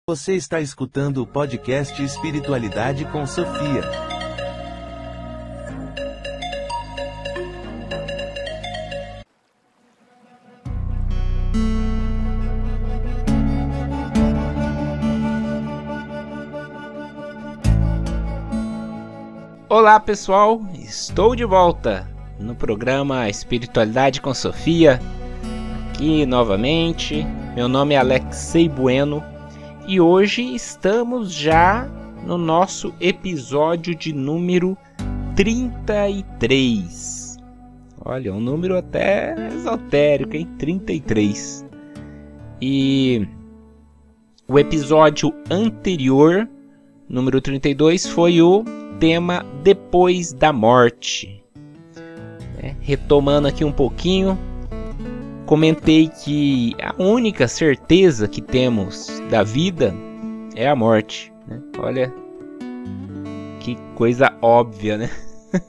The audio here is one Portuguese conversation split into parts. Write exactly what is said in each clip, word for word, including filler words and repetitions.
Você está escutando o podcast Espiritualidade com Sofia. Olá pessoal, estou de volta no programa Espiritualidade com Sofia, aqui novamente. Meu nome é Alexei Bueno e hoje estamos já no nosso episódio de número trinta e três. Olha, um número até esotérico, hein? trinta e três. E o episódio anterior, número trinta e dois, foi o tema depois da morte. É, retomando aqui um pouquinho, comentei que a única certeza que temos da vida é a morte, né? Olha que coisa óbvia, né?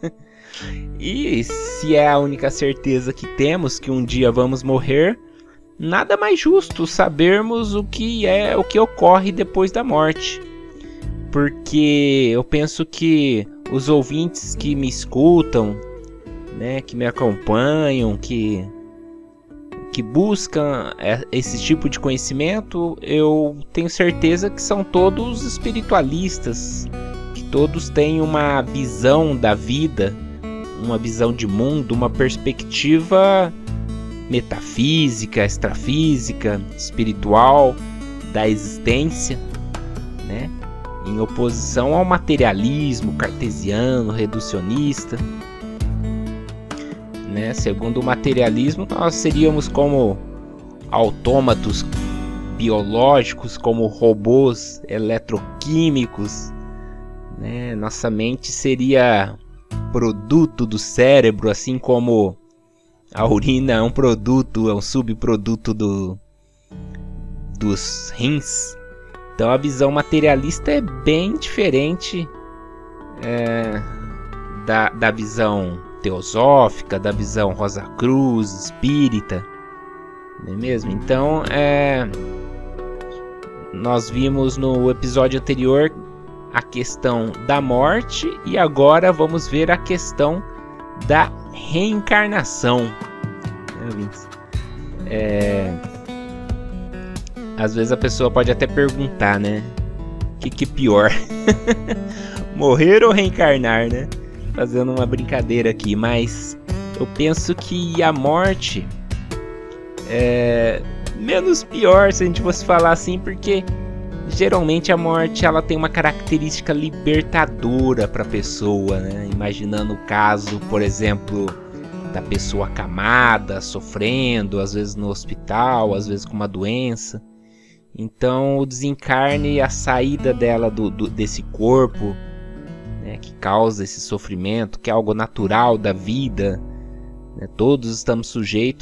E se é a única certeza que temos, que um dia vamos morrer, nada mais justo sabermos o que é, o que ocorre depois da morte. Porque eu penso que os ouvintes que me escutam, né, que me acompanham, que, que buscam esse tipo de conhecimento, eu tenho certeza que são todos espiritualistas, que todos têm uma visão da vida, uma visão de mundo, uma perspectiva metafísica, extrafísica, espiritual da existência, né? Em oposição ao materialismo cartesiano, reducionista, né? Segundo o materialismo, nós seríamos como autômatos biológicos, como robôs eletroquímicos, né? Nossa mente seria produto do cérebro, assim como a urina é um produto, é um subproduto do, dos rins. Então a visão materialista é bem diferente é, da, da visão teosófica, da visão Rosa Cruz, espírita, não é mesmo? Então é, nós vimos no episódio anterior a questão da morte e agora vamos ver a questão da reencarnação. É... Às vezes a pessoa pode até perguntar, né? O que, que é pior? Morrer ou reencarnar, né? Fazendo uma brincadeira aqui, mas eu penso que a morte é menos pior, se a gente fosse falar assim, porque geralmente a morte ela tem uma característica libertadora para a pessoa, né? Imaginando o caso, por exemplo, da pessoa acamada, sofrendo, às vezes no hospital, às vezes com uma doença. Então o desencarne e a saída dela do, do, desse corpo, né, que causa esse sofrimento, que é algo natural da vida, né? Todos estamos sujeitos,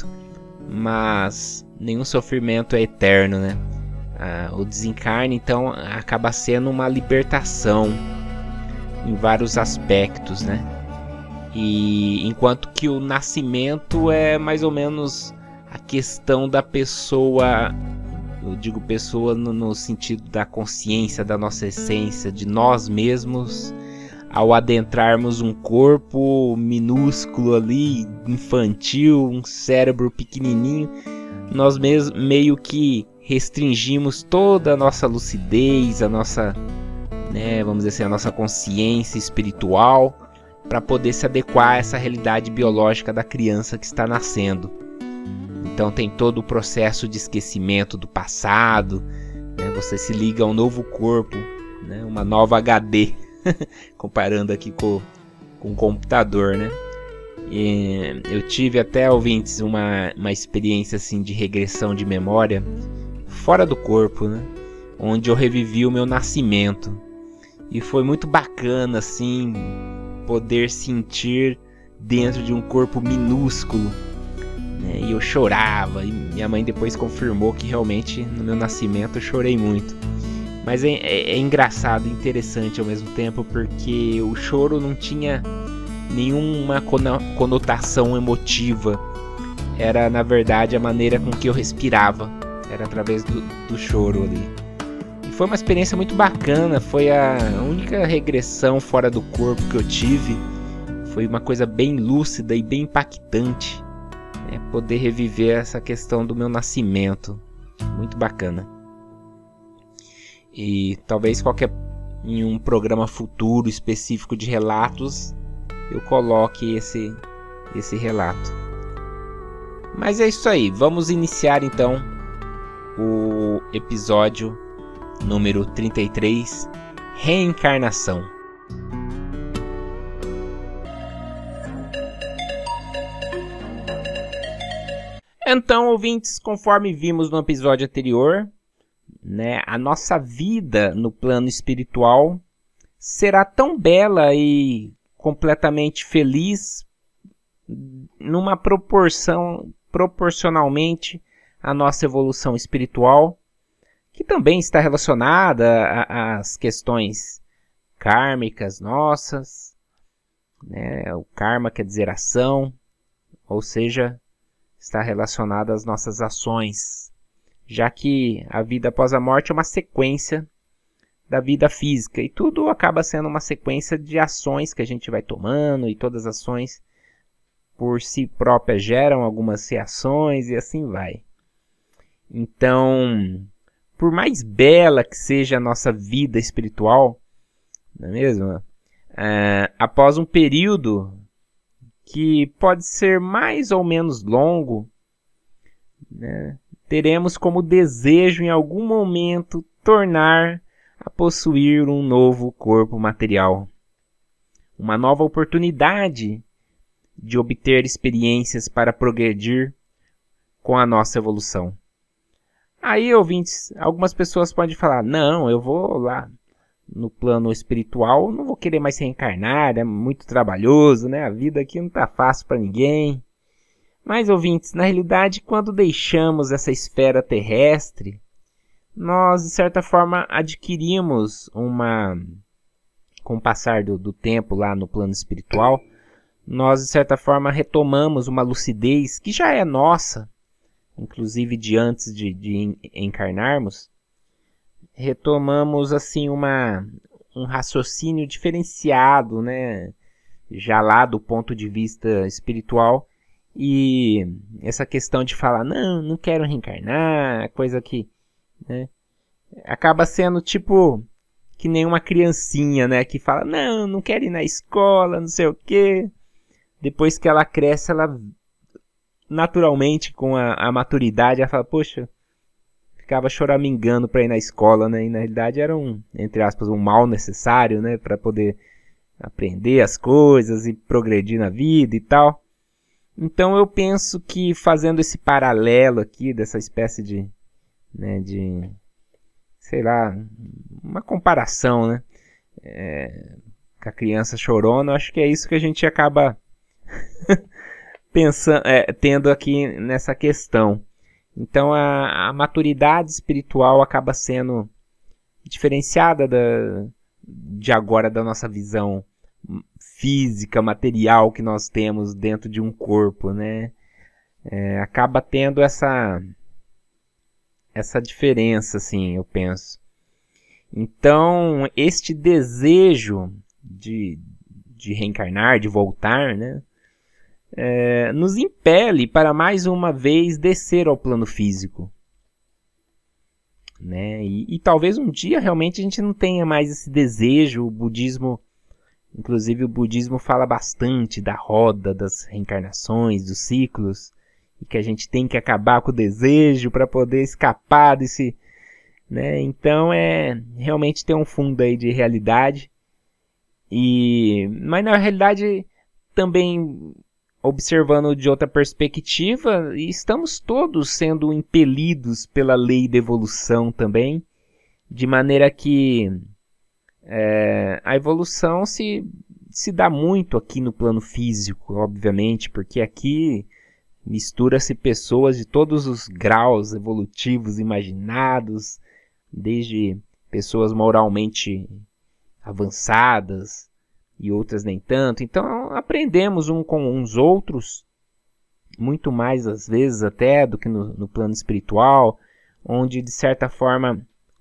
mas nenhum sofrimento é eterno, né? Ah, o desencarne então acaba sendo uma libertação em vários aspectos, né? E enquanto que o nascimento é mais ou menos a questão da pessoa. Eu digo pessoa no, no sentido da consciência, da nossa essência, de nós mesmos, ao adentrarmos um corpo minúsculo ali, infantil, um cérebro pequenininho, nós mes- meio que restringimos toda a nossa lucidez, a nossa, né, vamos dizer assim, a nossa consciência espiritual, para poder se adequar a essa realidade biológica da criança que está nascendo. Então tem todo o processo de esquecimento do passado, né? Você se liga a um novo corpo, né? Uma nova H D, comparando aqui com, com o computador, né? E eu tive até, ouvintes, uma, uma experiência assim, de regressão de memória fora do corpo, né? Onde eu revivi o meu nascimento. E foi muito bacana assim, poder sentir dentro de um corpo minúsculo. E eu chorava, e minha mãe depois confirmou que realmente no meu nascimento eu chorei muito. Mas é, é, é engraçado e interessante ao mesmo tempo, porque o choro não tinha nenhuma conotação emotiva. Era na verdade a maneira com que eu respirava, era através do, do choro ali. E foi uma experiência muito bacana, foi a única regressão fora do corpo que eu tive. Foi uma coisa bem lúcida e bem impactante, né? Poder reviver essa questão do meu nascimento, muito bacana. E talvez qualquer em um programa futuro específico de relatos eu coloque esse, esse relato. Mas é isso aí, vamos iniciar então o episódio número trinta e três, Reencarnação. Então, ouvintes, conforme vimos no episódio anterior, né, a nossa vida no plano espiritual será tão bela e completamente feliz numa proporção proporcionalmente à nossa evolução espiritual, que também está relacionada às questões kármicas nossas, né? O karma quer dizer ação, ou seja, está relacionada às nossas ações, já que a vida após a morte é uma sequência da vida física, e tudo acaba sendo uma sequência de ações que a gente vai tomando, e todas as ações por si próprias geram algumas reações, e assim vai. Então, por mais bela que seja a nossa vida espiritual, não é mesmo? É, após um período que pode ser mais ou menos longo, né, teremos como desejo em algum momento tornar a possuir um novo corpo material, uma nova oportunidade de obter experiências para progredir com a nossa evolução. Aí, ouvintes, algumas pessoas podem falar, não, eu vou lá no plano espiritual, não vou querer mais reencarnar, é muito trabalhoso, né? A vida aqui não tá fácil para ninguém. Mas, ouvintes, na realidade, quando deixamos essa esfera terrestre, nós, de certa forma, adquirimos uma... Com o passar do, do tempo lá no plano espiritual, nós, de certa forma, retomamos uma lucidez que já é nossa, inclusive de antes de, de encarnarmos, retomamos assim uma, um raciocínio diferenciado, né? Já lá do ponto de vista espiritual, e essa questão de falar, não, não quero reencarnar, coisa que, né, acaba sendo tipo que nem uma criancinha, né, que fala, não, não quero ir na escola, não sei o quê. Depois que ela cresce, ela naturalmente, com a, a maturidade, ela fala, poxa, ficava choramingando para ir na escola, né? E na realidade era um, entre aspas, um mal necessário, né? Para poder aprender as coisas e progredir na vida e tal. Então eu penso que fazendo esse paralelo aqui, dessa espécie de, né, de, sei lá, uma comparação, né? É, com a criança chorona, eu acho que é isso que a gente acaba pensando, é, tendo aqui nessa questão. Então a, a maturidade espiritual acaba sendo diferenciada da, de agora da nossa visão física, material que nós temos dentro de um corpo, né? É, acaba tendo essa, essa diferença, assim, eu penso. Então, este desejo de, de reencarnar, de voltar, né? É, nos impele para mais uma vez descer ao plano físico, né? E, e talvez um dia realmente a gente não tenha mais esse desejo. O budismo, inclusive o budismo fala bastante da roda, das reencarnações, dos ciclos, e que a gente tem que acabar com o desejo para poder escapar desse, né? Então é realmente tem um fundo aí de realidade, e mas na realidade também, observando de outra perspectiva, estamos todos sendo impelidos pela lei da evolução também, de maneira que é, a evolução se, se dá muito aqui no plano físico, obviamente, porque aqui mistura-se pessoas de todos os graus evolutivos imaginados, desde pessoas moralmente avançadas e outras nem tanto. Então aprendemos um com os outros, muito mais às vezes até do que no, no plano espiritual, onde de certa forma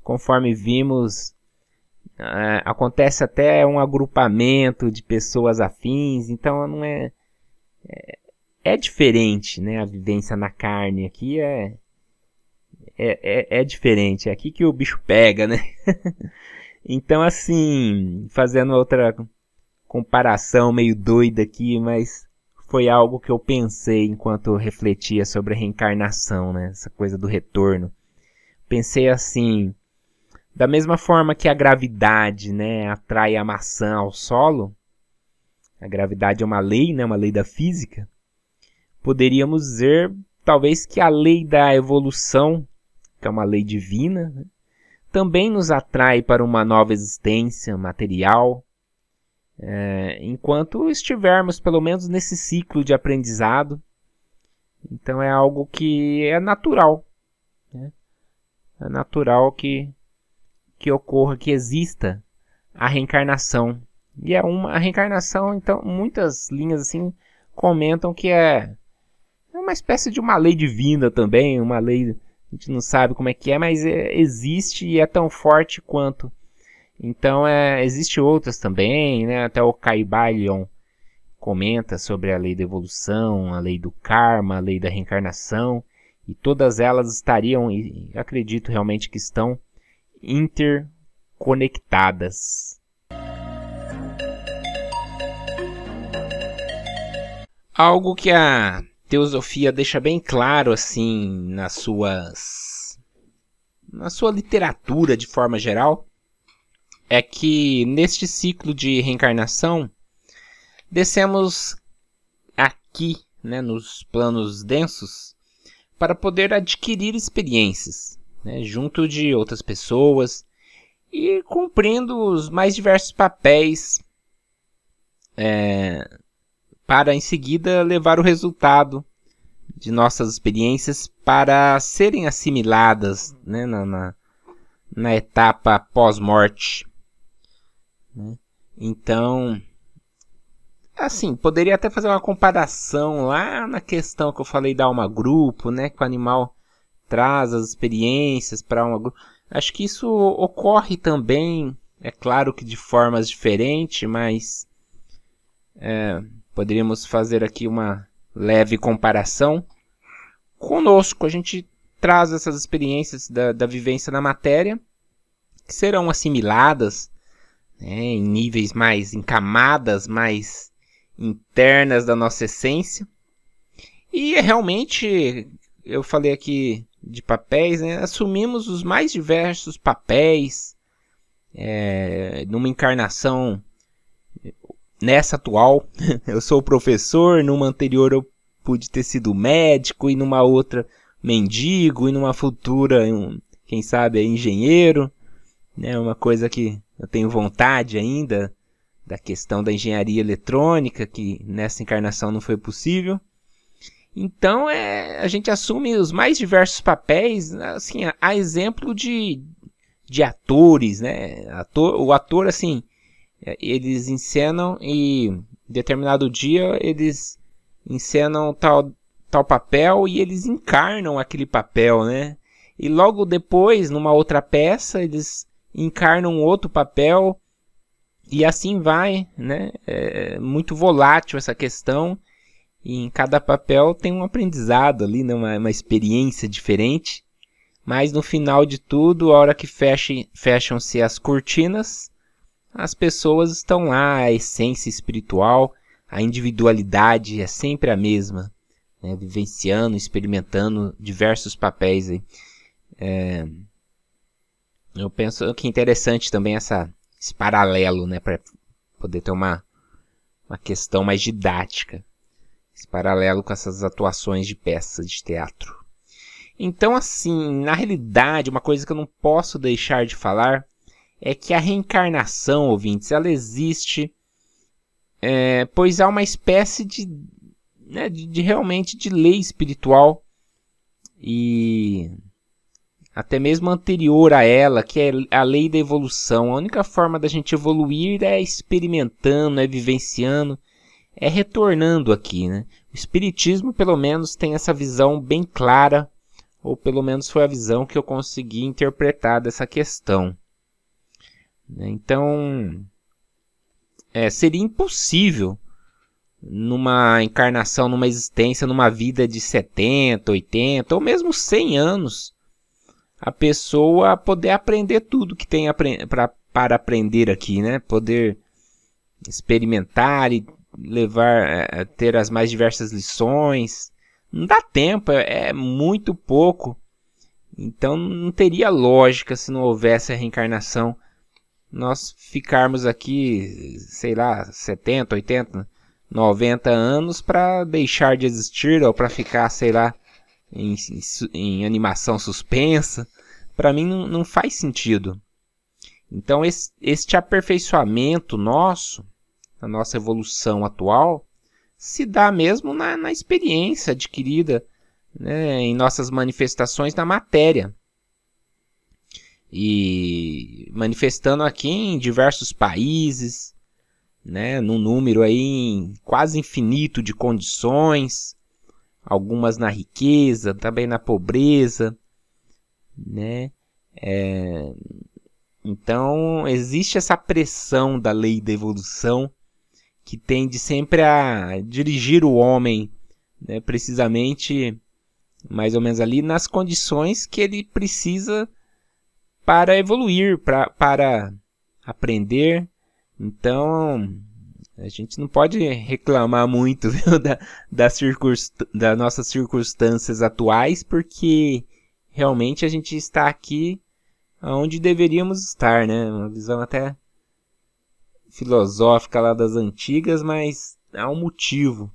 conforme vimos, uh, acontece até um agrupamento de pessoas afins, então não é, é, é diferente, né? A vivência na carne aqui é, é, é, é diferente, é aqui que o bicho pega, né? Então, assim, fazendo outra comparação meio doida aqui, mas foi algo que eu pensei enquanto eu refletia sobre a reencarnação, né? Essa coisa do retorno. Pensei assim, da mesma forma que a gravidade, né, atrai a maçã ao solo, a gravidade é uma lei, né, uma lei da física, poderíamos dizer, talvez, que a lei da evolução, que é uma lei divina, né, também nos atrai para uma nova existência material, é, enquanto estivermos, pelo menos, nesse ciclo de aprendizado. Então é algo que é natural, né? É natural que, que ocorra, que exista a reencarnação. E é uma a reencarnação, então, muitas linhas assim comentam que é, é uma espécie de uma lei divina também, uma lei, a gente não sabe como é que é, mas é, existe e é tão forte quanto. Então, é, existe outras também, né? Até o Caibalion comenta sobre a lei da evolução, a lei do karma, a lei da reencarnação, e todas elas estariam, e acredito realmente que estão, interconectadas. Algo que a teosofia deixa bem claro assim nas suas na sua literatura de forma geral é que neste ciclo de reencarnação descemos aqui, né, nos planos densos para poder adquirir experiências, né, junto de outras pessoas e cumprindo os mais diversos papéis é, para em seguida levar o resultado de nossas experiências para serem assimiladas, né, na, na, na etapa pós-morte. Né? Então, assim, poderia até fazer uma comparação lá na questão que eu falei da alma grupo, né, que o animal traz as experiências para a alma grupo. Acho que isso ocorre também, é claro que de formas diferentes, mas é, poderíamos fazer aqui uma leve comparação. Conosco, a gente traz essas experiências da, da vivência na matéria, que serão assimiladas, né, em níveis mais, em camadas mais internas da nossa essência. E realmente, eu falei aqui de papéis, né, assumimos os mais diversos papéis é, numa encarnação nessa atual. Eu sou professor, numa anterior eu pude ter sido médico, e numa outra mendigo, e numa futura, um, quem sabe, engenheiro, né? Uma coisa que eu tenho vontade ainda, da questão da engenharia eletrônica, que nessa encarnação não foi possível. Então é, a gente assume os mais diversos papéis, assim, a, a exemplo de, de atores, né? Ator, o ator, assim, eles encenam e em determinado dia eles encenam tal, tal papel e eles encarnam aquele papel, né? E logo depois, numa outra peça, eles encarnam outro papel e assim vai, né? É muito volátil essa questão, e em cada papel tem um aprendizado ali, né? uma, uma experiência diferente, mas no final de tudo, a hora que fechem, fecham-se as cortinas, as pessoas estão lá, a essência espiritual, a individualidade é sempre a mesma, né? Vivenciando, experimentando diversos papéis aí. É... Eu penso que é interessante também essa, esse paralelo, né, para poder ter uma, uma questão mais didática, esse paralelo com essas atuações de peças de teatro. Então, assim, na realidade, uma coisa que eu não posso deixar de falar é que a reencarnação, ouvintes, ela existe, é, pois há uma espécie de, né, de, de realmente de lei espiritual, e até mesmo anterior a ela, que é a lei da evolução. A única forma da gente evoluir é experimentando, é vivenciando, é retornando aqui, né? O espiritismo, pelo menos, tem essa visão bem clara, ou pelo menos foi a visão que eu consegui interpretar dessa questão. Então, é, seria impossível numa encarnação, numa existência, numa vida de setenta, oitenta ou mesmo cem anos, a pessoa poder aprender tudo que tem apre- pra, para aprender aqui, né? Poder experimentar e levar, é, ter as mais diversas lições. Não dá tempo, é, é muito pouco. Então não teria lógica se não houvesse a reencarnação. Nós ficarmos aqui, sei lá, setenta, oitenta, noventa anos para deixar de existir ou para ficar, sei lá, em, em, em animação suspensa. Para mim não, não faz sentido. Então esse, este aperfeiçoamento nosso, a nossa evolução atual, se dá mesmo na, na experiência adquirida, né, em nossas manifestações na matéria. E manifestando aqui em diversos países, né, num número aí quase infinito de condições, algumas na riqueza, também na pobreza, né? É, então existe essa pressão da lei da evolução que tende sempre a dirigir o homem, né, precisamente mais ou menos ali nas condições que ele precisa para evoluir, pra, para aprender. Então, a gente não pode reclamar muito, viu, da, da circunst... das nossas circunstâncias atuais, porque realmente a gente está aqui onde deveríamos estar, né? Uma visão até filosófica lá das antigas, mas há um motivo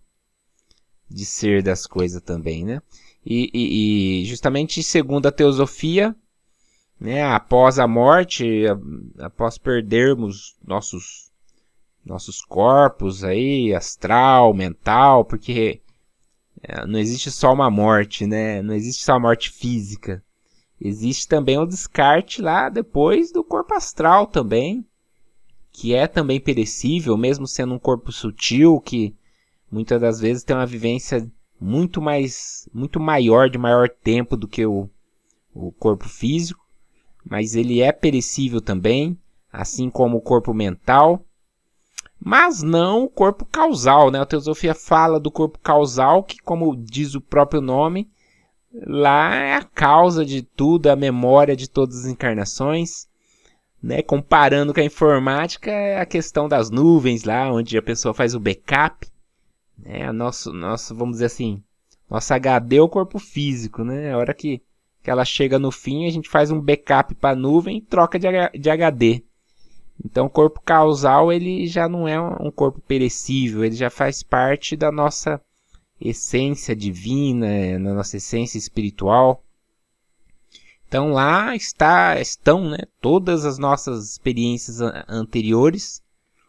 de ser das coisas também, né? E, e, e justamente segundo a teosofia, né, após a morte, após perdermos nossos, nossos corpos aí, astral, mental, porque não existe só uma morte, né? Não existe só a morte física. Existe também o descarte lá depois do corpo astral também, que é também perecível, mesmo sendo um corpo sutil, que muitas das vezes tem uma vivência muito mais, muito maior, de maior tempo do que o, o corpo físico. Mas ele é perecível também, assim como o corpo mental, mas não o corpo causal, né? A teosofia fala do corpo causal, que, como diz o próprio nome, lá é a causa de tudo, a memória de todas as encarnações, né? Comparando com a informática, é a questão das nuvens lá, onde a pessoa faz o backup, né? Nosso, nosso, vamos dizer assim, nosso H D é o corpo físico, né? A hora que que ela chega no fim, a gente faz um backup para a nuvem e troca de, de H D. Então o corpo causal ele já não é um corpo perecível, ele já faz parte da nossa essência divina, na nossa essência espiritual. Então lá está, estão, né, todas as nossas experiências anteriores.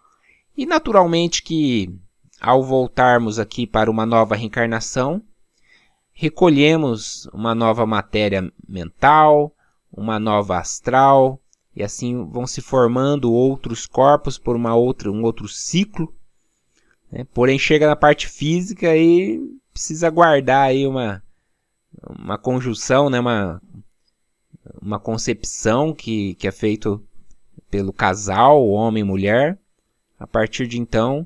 E naturalmente que ao voltarmos aqui para uma nova reencarnação, recolhemos uma nova matéria mental, uma nova astral, e assim vão se formando outros corpos por uma outra, um outro ciclo, né? Porém chega na parte física e precisa aguardar aí uma, uma conjunção, né? uma, uma concepção que, que é feito pelo casal, homem e mulher, a partir de então,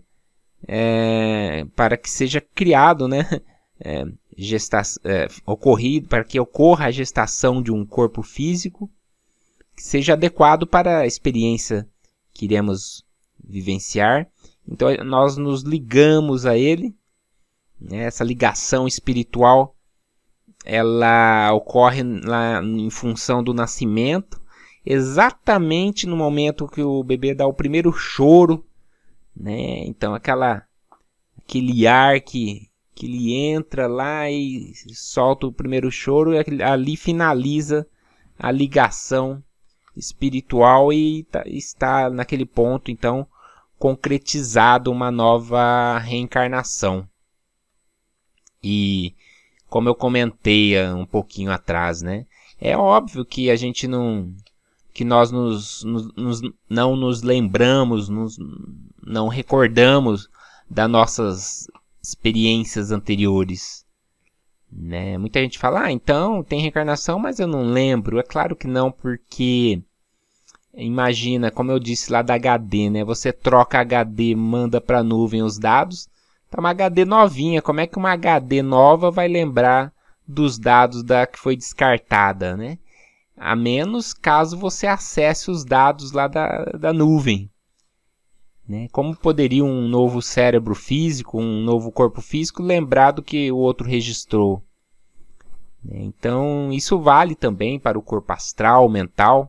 é, para que seja criado, né? É, Gesta- é, ocorrido, para que ocorra a gestação de um corpo físico que seja adequado para a experiência que iremos vivenciar. Então nós nos ligamos a ele, né? Essa ligação espiritual ela ocorre lá em função do nascimento, exatamente no momento que o bebê dá o primeiro choro, né? Então aquela, aquele ar que que ele entra lá e solta o primeiro choro, e ali finaliza a ligação espiritual e tá, está naquele ponto, então, concretizado uma nova reencarnação. E, como eu comentei um pouquinho atrás, né, é óbvio que a gente não, que nós nos, nos, não nos lembramos, nos, não recordamos das nossas experiências anteriores, Né? Muita gente fala, ah, então tem reencarnação, mas eu não lembro. É claro que não, porque imagina, como eu disse lá da H D, né? Você troca H D, manda para a nuvem os dados, tá uma H D novinha. Como é que uma H D nova vai lembrar dos dados da que foi descartada, né? A menos caso você acesse os dados lá da, da nuvem. Né? Como poderia um novo cérebro físico, um novo corpo físico, lembrar do que o outro registrou? Então, isso vale também para o corpo astral, mental.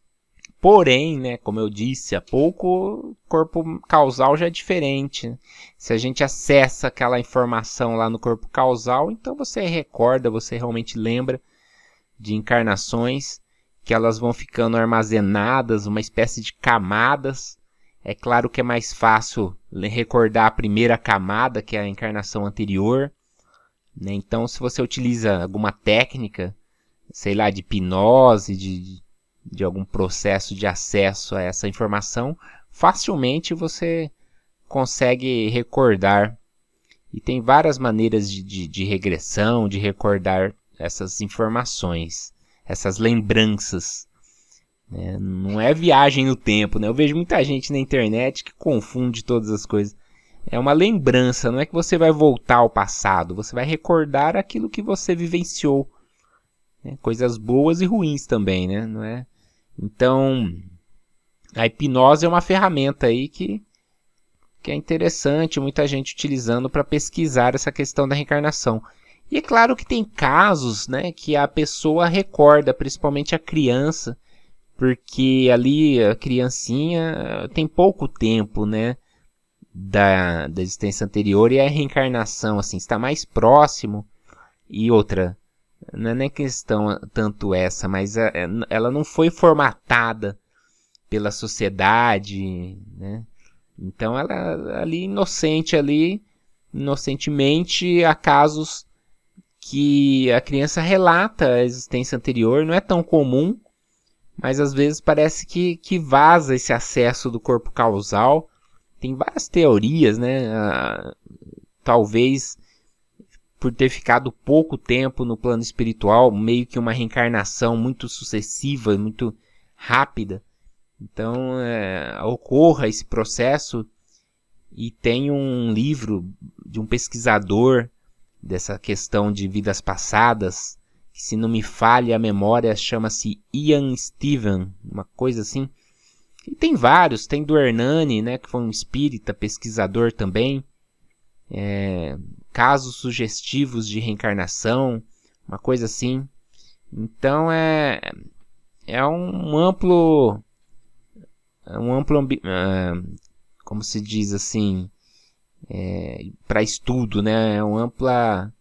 Porém, né, como eu disse há pouco, o corpo causal já é diferente. Né? Se a gente acessa aquela informação lá no corpo causal, então você recorda, você realmente lembra de encarnações que elas vão ficando armazenadas, uma espécie de camadas. É claro que é mais fácil recordar a primeira camada, que é a encarnação anterior. Né? Então, se você utiliza alguma técnica, sei lá, de hipnose, de, de algum processo de acesso a essa informação, facilmente você consegue recordar. E tem várias maneiras de, de, de regressão, de recordar essas informações, essas lembranças. É, não é viagem no tempo, né? Eu vejo muita gente na internet que confunde todas as coisas. É uma lembrança, não é que você vai voltar ao passado, você vai recordar aquilo que você vivenciou. Né? Coisas boas e ruins também, né? Não é? Então, a hipnose é uma ferramenta aí que, que é interessante, muita gente utilizando para pesquisar essa questão da reencarnação. E é claro que tem casos, né, que a pessoa recorda, principalmente a criança, porque ali a criancinha tem pouco tempo, né, da, da existência anterior, e a reencarnação assim, está mais próximo. E outra, não é nem questão tanto essa, mas a, ela não foi formatada pela sociedade, né? Então ela ali inocente, ali, inocentemente, há casos que a criança relata a existência anterior, não é tão comum, mas às vezes parece que, que vaza esse acesso do corpo causal. Tem várias teorias, né? Ah, talvez por ter ficado pouco tempo no plano espiritual, meio que uma reencarnação muito sucessiva, muito rápida. Então, é, ocorra esse processo. E tem um livro de um pesquisador dessa questão de vidas passadas, que, se não me falha a memória, chama-se Ian Steven, uma coisa assim. E tem vários, tem do Hernani, né, que foi um espírita, pesquisador também, é, casos sugestivos de reencarnação, uma coisa assim. Então é, é um amplo, um amplo, uh, como se diz assim, é, para estudo, né, é um ampla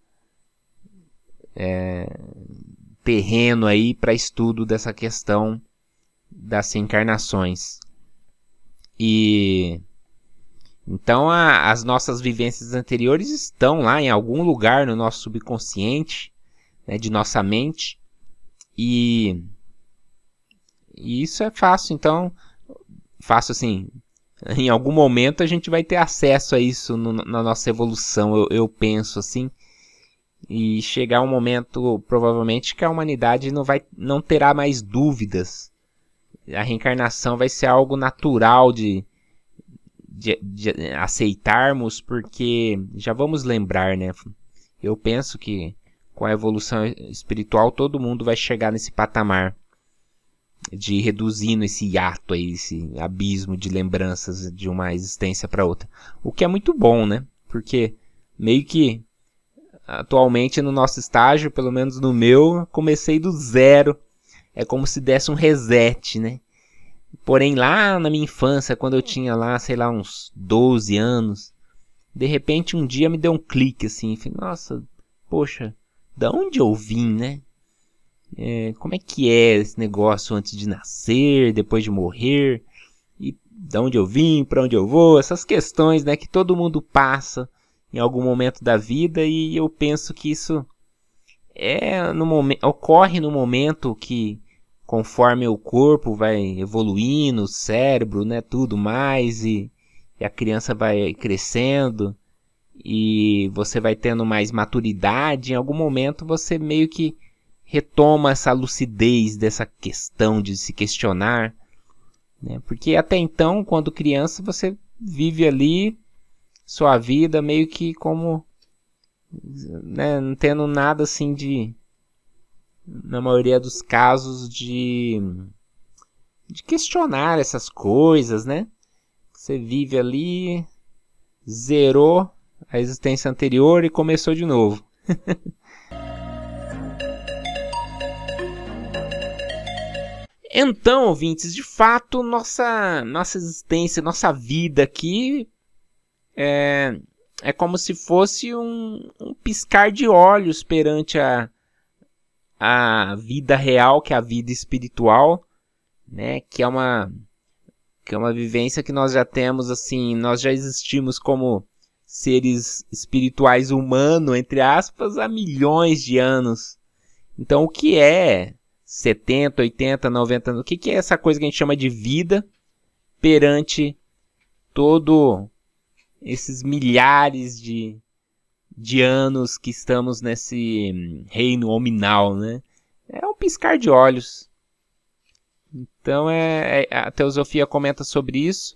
é, terreno aí para estudo dessa questão das reencarnações. E então a, as nossas vivências anteriores estão lá em algum lugar no nosso subconsciente, né, de nossa mente, e, e isso é fácil. Então, fácil assim, em algum momento a gente vai ter acesso a isso no, na nossa evolução, eu, eu penso assim, e chegar um momento provavelmente que a humanidade não, vai, não terá mais dúvidas. A reencarnação vai ser algo natural de, de, de aceitarmos, porque já vamos lembrar, né? Eu penso que com a evolução espiritual todo mundo vai chegar nesse patamar de ir reduzindo esse hiato aí, esse abismo de lembranças de uma existência para outra. O que é muito bom, né? Porque meio que atualmente no nosso estágio, pelo menos no meu, comecei do zero. É como se desse um reset, né? Porém, lá na minha infância, quando eu tinha lá, sei lá, uns doze anos, de repente um dia me deu um clique, assim. Falei, nossa, poxa, da onde eu vim, né? É, como é que é esse negócio antes de nascer, depois de morrer? E da onde eu vim, para onde eu vou? Essas questões, né, que todo mundo passa em algum momento da vida, e eu penso que isso é no momento, ocorre no momento que, conforme o corpo vai evoluindo, o cérebro, né, tudo mais, e, e a criança vai crescendo, e você vai tendo mais maturidade, em algum momento você meio que retoma essa lucidez dessa questão de se questionar, né? Porque até então, quando criança, você vive ali sua vida meio que como, né, não tendo nada assim de, na maioria dos casos, de, de questionar essas coisas, né? Você vive ali, zerou a existência anterior e começou de novo. Então, ouvintes, de fato, nossa, nossa existência, nossa vida aqui é, é como se fosse um, um piscar de olhos perante a, a vida real, que é a vida espiritual, né? Que é uma, que é uma vivência que nós já temos, assim, nós já existimos como seres espirituais humanos, entre aspas, há milhões de anos. Então, o que é setenta, oitenta, noventa anos? O que, que é essa coisa que a gente chama de vida perante todo esses milhares de, de anos que estamos nesse reino hominal, né? É um piscar de olhos. Então, é, é, a teosofia comenta sobre isso.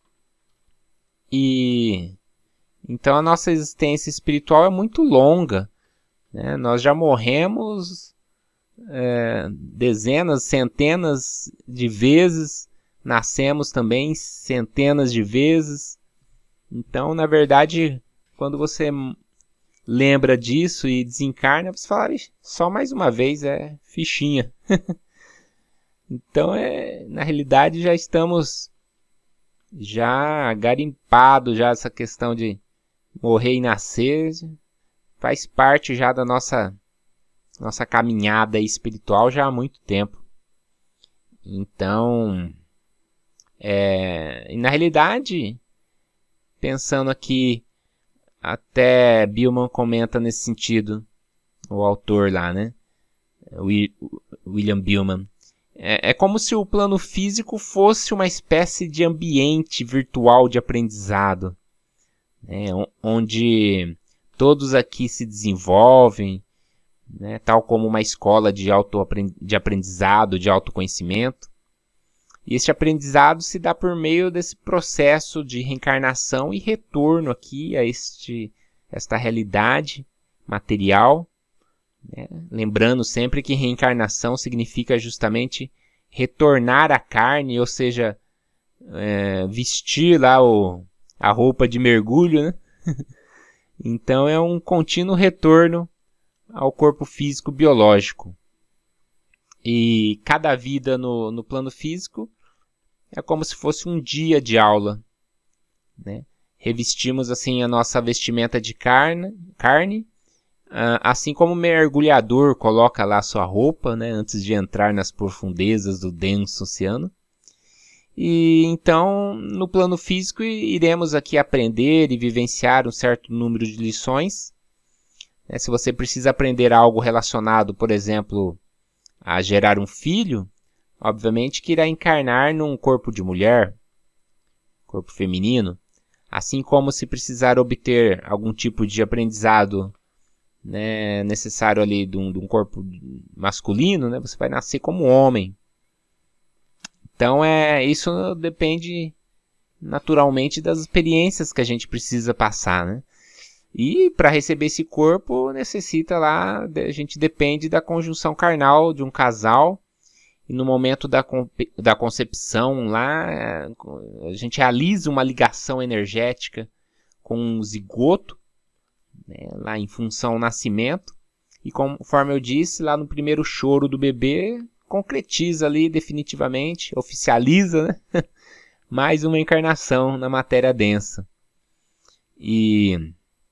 E então a nossa existência espiritual é muito longa, né? Nós já morremos é, dezenas, centenas de vezes, nascemos também centenas de vezes. Então, na verdade, quando você lembra disso e desencarna, você fala, só mais uma vez, é fichinha. Então, é, na realidade, já estamos já garimpados, já essa questão de morrer e nascer, faz parte já da nossa, nossa caminhada espiritual já há muito tempo. Então, é, e na realidade, pensando aqui, até Billman comenta nesse sentido, o autor lá, né? William Billman. É, é como se o plano físico fosse uma espécie de ambiente virtual de aprendizado, né? Onde todos aqui se desenvolvem, né? Tal como uma escola de, de aprendizado, de autoconhecimento. E este aprendizado se dá por meio desse processo de reencarnação e retorno aqui a este, esta realidade material, né? Lembrando sempre que reencarnação significa justamente retornar à carne, ou seja, é, vestir lá o, a roupa de mergulho, né? Então é um contínuo retorno ao corpo físico biológico. E cada vida no, no plano físico é como se fosse um dia de aula, né? Revestimos assim a nossa vestimenta de carne, carne uh, assim como o mergulhador coloca lá sua roupa, né, antes de entrar nas profundezas do denso oceano. E então, no plano físico, iremos aqui aprender e vivenciar um certo número de lições. Né? Se você precisa aprender algo relacionado, por exemplo, a gerar um filho, obviamente que irá encarnar num corpo de mulher, corpo feminino, assim como se precisar obter algum tipo de aprendizado, né, necessário ali de um, de um corpo masculino, né, você vai nascer como homem. Então é, isso depende naturalmente das experiências que a gente precisa passar, né? E para receber esse corpo necessita lá, a gente depende da conjunção carnal de um casal. E no momento da, da concepção lá, a gente realiza uma ligação energética com um zigoto, né, lá em função ao nascimento. E conforme eu disse, lá no primeiro choro do bebê, concretiza ali definitivamente, oficializa, né, mais uma encarnação na matéria densa. E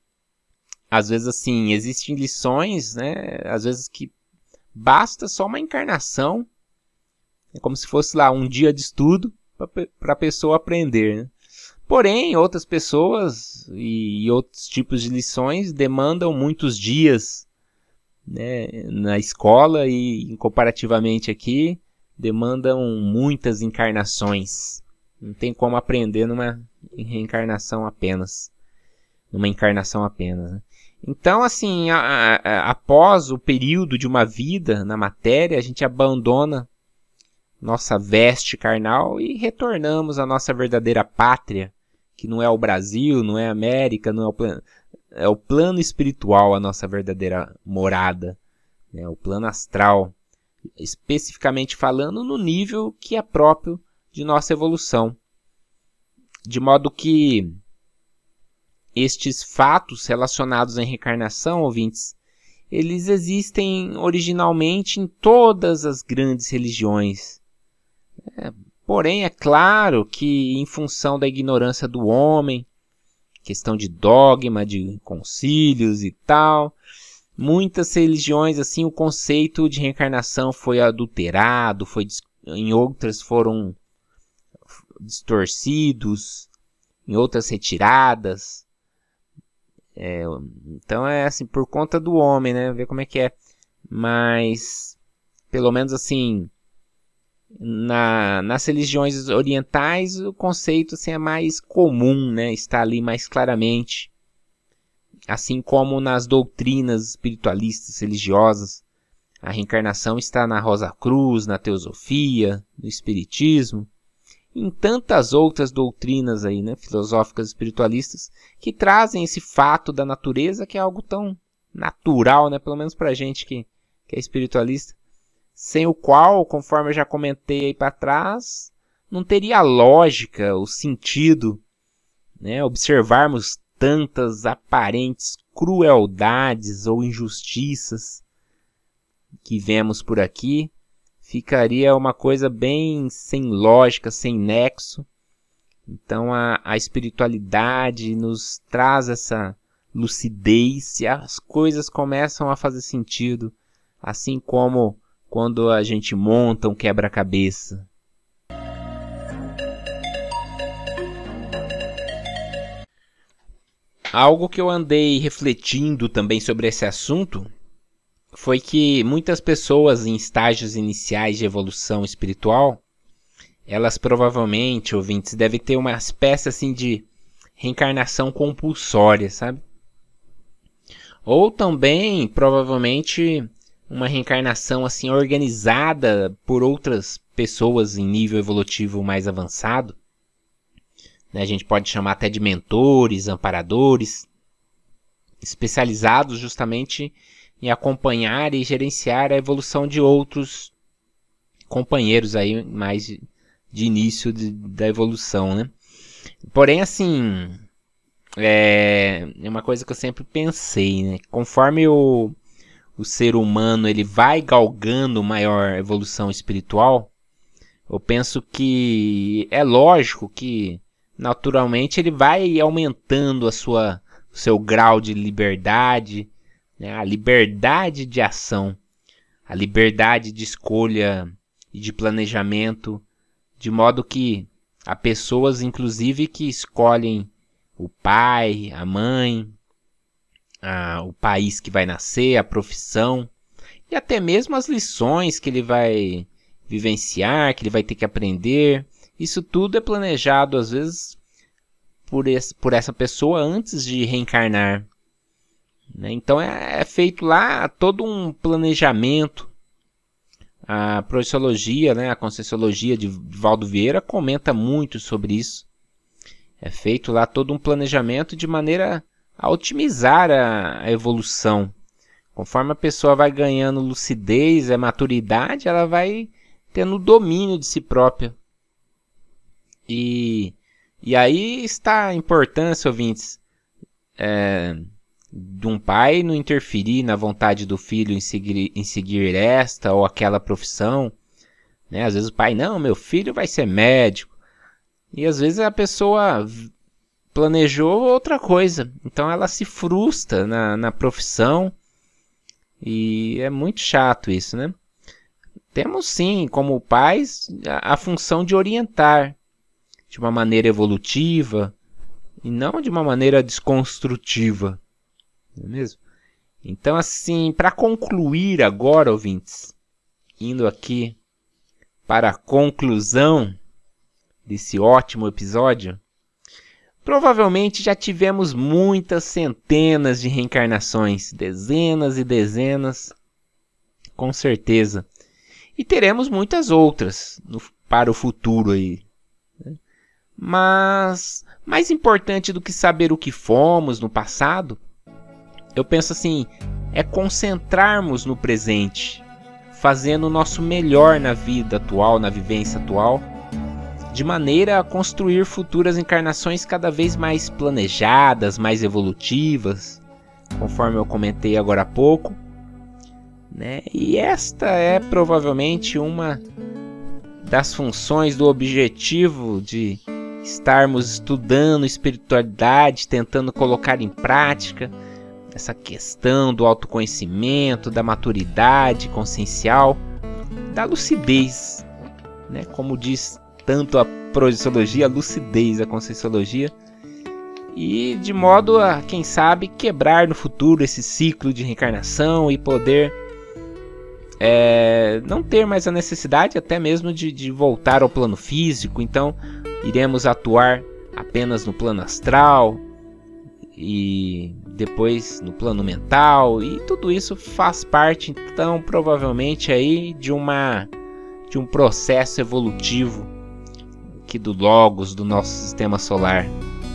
às vezes assim, existem lições, né, às vezes que basta só uma encarnação. É como se fosse lá um dia de estudo para a pessoa aprender, né? Porém, outras pessoas e, e outros tipos de lições demandam muitos dias, né, na escola e, comparativamente aqui, demandam muitas encarnações. Não tem como aprender numa reencarnação apenas. numa encarnação apenas, né? Então, assim, a, a, após o período de uma vida na matéria, a gente abandona nossa veste carnal e retornamos à nossa verdadeira pátria, que não é o Brasil, não é a América, não é o plano, é o plano espiritual, a nossa verdadeira morada, né? O plano astral, especificamente falando no nível que é próprio de nossa evolução. De modo que estes fatos relacionados à reencarnação, ouvintes, eles existem originalmente em todas as grandes religiões. É, porém, é claro que em função da ignorância do homem, questão de dogma, de concílios e tal, muitas religiões, assim, o conceito de reencarnação foi adulterado, foi, em outras foram distorcidos, em outras retiradas. É, então é assim, por conta do homem, né? Ver como é que é. Mas, pelo menos assim, na, nas religiões orientais, o conceito assim, é mais comum, né? Está ali mais claramente. Assim como nas doutrinas espiritualistas religiosas, a reencarnação está na Rosa Cruz, na Teosofia, no Espiritismo, em tantas outras doutrinas aí, né, filosóficas espiritualistas, que trazem esse fato da natureza, que é algo tão natural, né, pelo menos pra gente que, que é espiritualista, sem o qual, conforme eu já comentei aí para trás, não teria lógica, o sentido, né, observarmos tantas aparentes crueldades ou injustiças que vemos por aqui. Ficaria uma coisa bem sem lógica, sem nexo. Então a, a espiritualidade nos traz essa lucidez e as coisas começam a fazer sentido, assim como quando a gente monta um quebra-cabeça. Algo que eu andei refletindo também sobre esse assunto foi que muitas pessoas em estágios iniciais de evolução espiritual, elas provavelmente, ouvintes, devem ter uma espécie assim de reencarnação compulsória, sabe? Ou também, provavelmente, uma reencarnação assim organizada por outras pessoas em nível evolutivo mais avançado. A gente pode chamar até de mentores, amparadores, especializados justamente em acompanhar e gerenciar a evolução de outros companheiros aí mais de, de início de, da evolução, né? Porém, assim, é, é uma coisa que eu sempre pensei, né? Conforme o, o ser humano ele vai galgando maior evolução espiritual, eu penso que é lógico que naturalmente ele vai aumentando a sua, o seu grau de liberdade, né? A liberdade de ação, a liberdade de escolha e de planejamento, de modo que há pessoas, inclusive, que escolhem o pai, a mãe, a, o país que vai nascer, a profissão e até mesmo as lições que ele vai vivenciar, que ele vai ter que aprender. Isso tudo é planejado, às vezes, por, esse, por essa pessoa antes de reencarnar. Então é, é feito lá todo um planejamento. A projeciologia, né, a Conscienciologia de Valdo Vieira comenta muito sobre isso. É feito lá todo um planejamento de maneira a otimizar a, a evolução. Conforme a pessoa vai ganhando lucidez, a maturidade, ela vai tendo domínio de si própria. E, e aí está a importância, ouvintes, é, de um pai não interferir na vontade do filho em seguir, em seguir esta ou aquela profissão, né? Às vezes o pai, não, meu filho vai ser médico. E às vezes a pessoa planejou outra coisa. Então ela se frustra na, na profissão. E é muito chato isso, né? Temos sim, como pais, a, a função de orientar de uma maneira evolutiva e não de uma maneira desconstrutiva. Não é mesmo? Então, assim, para concluir agora, ouvintes, indo aqui para a conclusão desse ótimo episódio, provavelmente já tivemos muitas centenas de reencarnações, dezenas e dezenas, com certeza. E teremos muitas outras no, para o futuro aí. Mas, mais importante do que saber o que fomos no passado, eu penso assim, é concentrarmos no presente, fazendo o nosso melhor na vida atual, na vivência atual, de maneira a construir futuras encarnações cada vez mais planejadas, mais evolutivas, conforme eu comentei agora há pouco, né? E esta é provavelmente uma das funções do objetivo de estarmos estudando espiritualidade, tentando colocar em prática essa questão do autoconhecimento, da maturidade consciencial, da lucidez, né? Como diz tanto a projeciologia, a lucidez, a conscienciologia, e de modo a, quem sabe, quebrar no futuro esse ciclo de reencarnação e poder é, não ter mais a necessidade até mesmo de, de voltar ao plano físico. Então iremos atuar apenas no plano astral e depois no plano mental, e tudo isso faz parte então provavelmente aí de uma de um processo evolutivo aqui do Logos, do nosso sistema solar.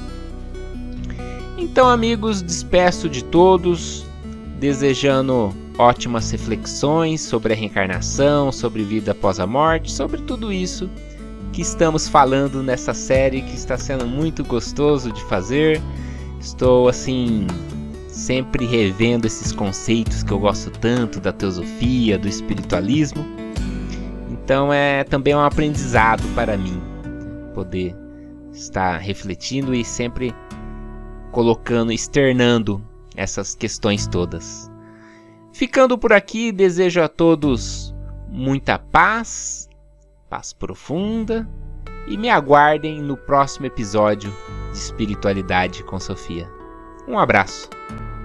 Então, amigos, despeço de todos, desejando ótimas reflexões sobre a reencarnação, sobre vida após a morte, sobre tudo isso que estamos falando nessa série, que está sendo muito gostoso de fazer. Estou, assim, sempre revendo esses conceitos que eu gosto tanto da teosofia, do espiritualismo. Então é também um aprendizado para mim poder estar refletindo e sempre colocando, externando essas questões todas. Ficando por aqui, desejo a todos muita paz, paz profunda, e me aguardem no próximo episódio de Espiritualidade com Sofia. Um abraço!